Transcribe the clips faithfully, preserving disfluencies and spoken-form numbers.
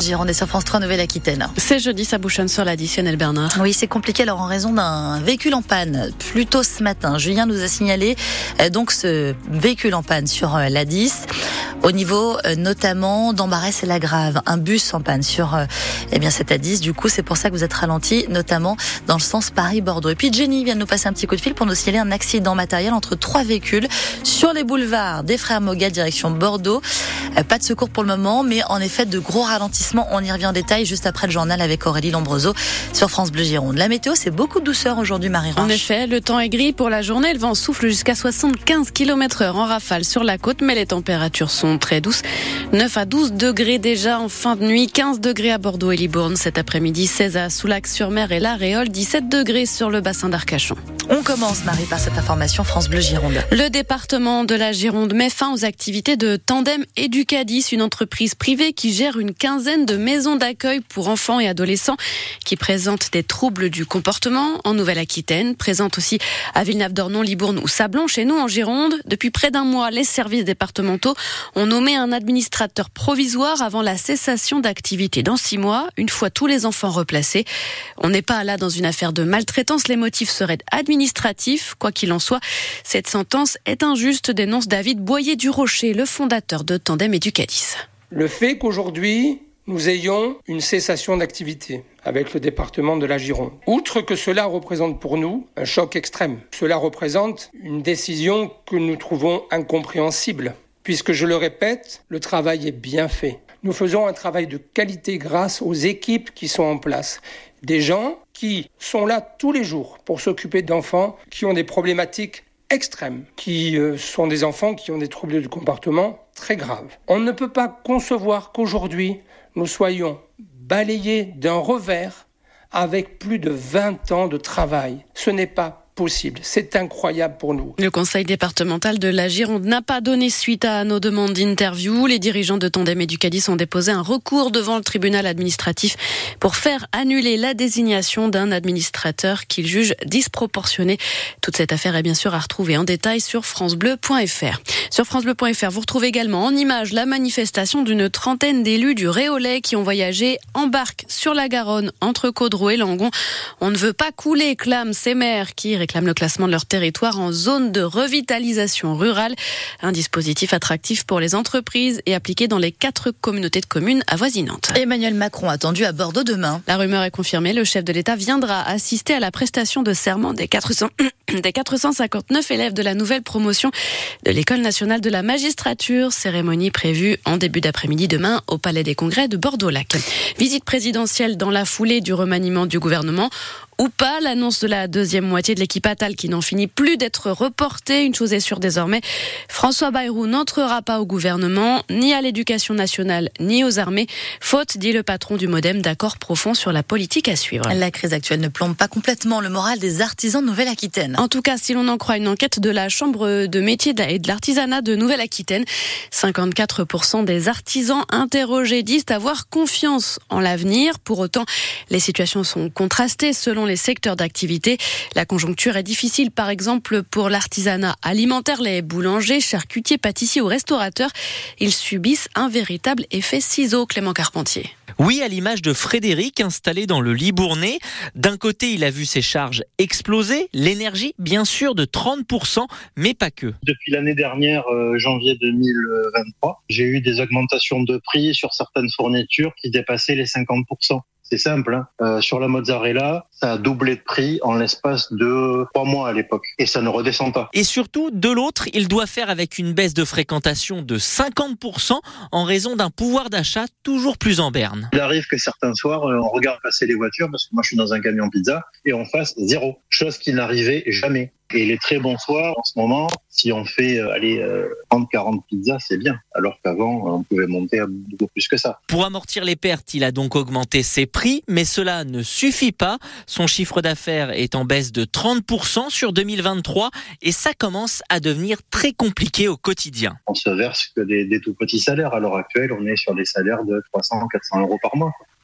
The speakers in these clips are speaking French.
Gironde et sur France trois Nouvelle-Aquitaine. C'est jeudi, ça bouchonne sur l'additionnel Bernard. Oui, c'est compliqué alors en raison d'un véhicule en panne. Plus tôt ce matin, Julien nous a signalé euh, donc ce véhicule en panne sur euh, l'A dix. Au niveau euh, notamment d'Ambarès et la Grave, un bus en panne sur euh, eh bien cette A dix. Du coup, c'est pour ça que vous êtes ralenti, notamment dans le sens Paris-Bordeaux. Et puis Jenny vient de nous passer un petit coup de fil pour nous signaler un accident matériel entre trois véhicules sur les boulevards des Frères Moga direction Bordeaux. Euh, pas de secours pour le moment, mais en effet de gros ralentissements. On y revient en détail juste après le journal avec Aurélie Lombroso sur France Bleu Gironde. La météo, c'est beaucoup de douceur aujourd'hui, Marie Roche. En effet, le temps est gris pour la journée. Le vent souffle jusqu'à soixante-quinze kilomètres heure en rafale sur la côte, mais les températures sont très douces. neuf à douze degrés déjà en fin de nuit, quinze degrés à Bordeaux et Libourne cet après-midi, seize à Soulac-sur-Mer et La Réole, dix-sept degrés sur le bassin d'Arcachon. On commence, Marie, par cette information France Bleu Gironde. Le département de la Gironde met fin aux activités de Tandem Educadis, une entreprise privée qui gère une quinzaine de maisons d'accueil pour enfants et adolescents qui présentent des troubles du comportement en Nouvelle-Aquitaine, présente aussi à Villeneuve-d'Ornon, Libourne ou Sablon. Chez nous, en Gironde, depuis près d'un mois, les services départementaux ont nommé un administrateur provisoire avant la cessation d'activité dans six mois, une fois tous les enfants replacés. On n'est pas là dans une affaire de maltraitance, les motifs seraient administratifs. Quoi qu'il en soit, cette sentence est injuste, dénonce David Boyer-du-Rocher, le fondateur de Tandem Educadis. Le fait qu'aujourd'hui, nous ayons une cessation d'activité avec le département de la Gironde. Outre que cela représente pour nous un choc extrême, cela représente une décision que nous trouvons incompréhensible, puisque, je le répète, le travail est bien fait. Nous faisons un travail de qualité grâce aux équipes qui sont en place. Des gens qui sont là tous les jours pour s'occuper d'enfants qui ont des problématiques extrêmes, qui euh, sont des enfants qui ont des troubles du comportement très graves. On ne peut pas concevoir qu'aujourd'hui, nous soyons balayés d'un revers avec plus de vingt ans de travail. Ce n'est pas possible. C'est incroyable pour nous. Le conseil départemental de la Gironde n'a pas donné suite à nos demandes d'interview. Les dirigeants de Tandem Educadis ont déposé un recours devant le tribunal administratif pour faire annuler la désignation d'un administrateur qu'ils jugent disproportionné. Toute cette affaire est bien sûr à retrouver en détail sur francebleu point f r. Sur francebleu point f r, vous retrouvez également en images la manifestation d'une trentaine d'élus du Réolais qui ont voyagé en barque sur la Garonne entre Caudreau et Langon. On ne veut pas couler, clament ces maires qui réclament le classement de leur territoire en zone de revitalisation rurale. Un dispositif attractif pour les entreprises et appliqué dans les quatre communautés de communes avoisinantes. Emmanuel Macron attendu à Bordeaux demain. La rumeur est confirmée. Le chef de l'État viendra assister à la prestation de serment des quatre cents, des quatre cent cinquante-neuf élèves de la nouvelle promotion de l'École nationale de la magistrature. Cérémonie prévue en début d'après-midi demain au Palais des Congrès de Bordeaux-Lac. Visite présidentielle dans la foulée du remaniement du gouvernement. Ou pas, l'annonce de la deuxième moitié de l'équipe Attal qui n'en finit plus d'être reportée. Une chose est sûre désormais, François Bayrou n'entrera pas au gouvernement, ni à l'éducation nationale, ni aux armées. Faute, dit le patron du Modem, d'accord profond sur la politique à suivre. La crise actuelle ne plombe pas complètement le moral des artisans de Nouvelle-Aquitaine. En tout cas, si l'on en croit une enquête de la Chambre de métiers et de l'artisanat de Nouvelle-Aquitaine, cinquante-quatre pour cent des artisans interrogés disent avoir confiance en l'avenir. Pour autant, les situations sont contrastées selon les secteurs d'activité. La conjoncture est difficile, par exemple, pour l'artisanat alimentaire, les boulangers, charcutiers, pâtissiers ou restaurateurs. Ils subissent un véritable effet ciseau, Clément Carpentier. Oui, à l'image de Frédéric, installé dans le Libournais. D'un côté, il a vu ses charges exploser, l'énergie, bien sûr, de trente pour cent, mais pas que. Depuis l'année dernière, euh, janvier deux mille vingt-trois, j'ai eu des augmentations de prix sur certaines fournitures qui dépassaient les cinquante pour cent. C'est simple, hein. Euh, sur la mozzarella, ça a doublé de prix en l'espace de trois mois à l'époque. Et ça ne redescend pas. Et surtout, de l'autre, il doit faire avec une baisse de fréquentation de cinquante pour cent en raison d'un pouvoir d'achat toujours plus en berne. Il arrive que certains soirs, on regarde passer les voitures, parce que moi je suis dans un camion pizza, et on fasse zéro. Chose qui n'arrivait jamais. Et les très bons soirs, en ce moment, si on fait euh, allez, euh, trente à quarante pizzas, c'est bien. Alors qu'avant, on pouvait monter à beaucoup plus que ça. Pour amortir les pertes, il a donc augmenté ses prix, mais cela ne suffit pas. Son chiffre d'affaires est en baisse de trente pour cent sur deux mille vingt-trois et ça commence à devenir très compliqué au quotidien. On se verse que des, des tout petits salaires. À l'heure actuelle, on est sur des salaires de trois cents à quatre cents euros par mois.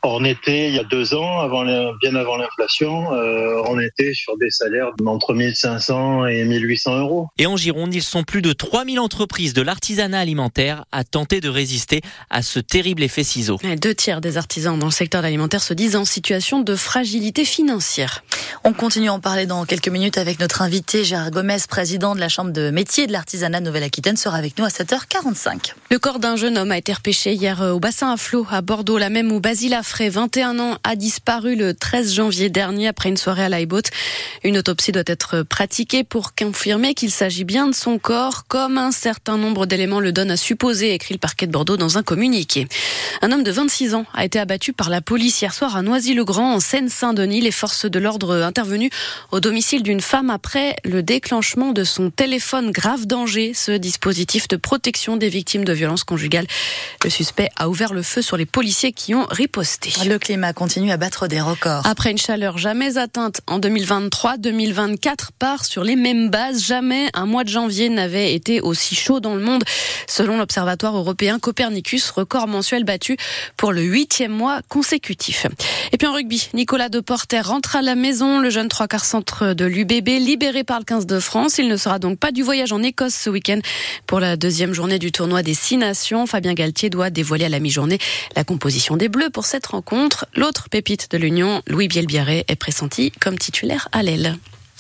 On était, il y a deux ans, avant, bien avant l'inflation, euh, on était sur des salaires d'entre mille cinq cents et mille huit cents euros. Et en Gironde, ils sont plus de trois mille entreprises de l'artisanat alimentaire à tenter de résister à ce terrible effet ciseau. Deux tiers des artisans dans le secteur alimentaire se disent en situation de fragilité financière. On continue à en parler dans quelques minutes avec notre invité Gérard Gomez, président de la Chambre de métiers de l'artisanat de Nouvelle-Aquitaine, sera avec nous à sept heures quarante-cinq. Le corps d'un jeune homme a été repêché hier au bassin à flot à Bordeaux, là même où Basile Affray, vingt et un ans, a disparu le treize janvier dernier après une soirée à l'Aïbote. Une autopsie doit être pratiquée pour confirmer qu'il s'agit bien de son corps, comme un certain nombre d'éléments le donnent à supposer, écrit le parquet de Bordeaux dans un communiqué. Un homme de vingt-six ans a été abattu par la police hier soir à Noisy-le-Grand, en Seine-Saint-Denis. Les forces de l'ordre intervenues au domicile d'une femme après le déclenchement de son téléphone grave danger, ce dispositif de protection des victimes de violences conjugales. Le suspect a ouvert le feu sur les policiers qui ont riposté. Le climat continue à battre des records. Après une chaleur jamais atteinte en deux mille vingt-trois, deux mille vingt-quatre part sur les mêmes bases. Jamais un mois de janvier n'avait été aussi chaud dans le monde. Selon l'Observatoire européen Copernicus, record mensuel battu pour le huitième mois consécutif. Et puis en rugby, Nicolas Deporter rentre à la maison. Le jeune trois quarts centre de l'U B B, libéré par le quinze de France. Il ne sera donc pas du voyage en Écosse ce week-end pour la deuxième journée du tournoi des Six Nations. Fabien Galtier doit dévoiler à la mi-journée la composition des Bleus pour cette rencontre. L'autre pépite de l'Union, Louis Bielbiarré, est pressenti comme titulaire à l'aile.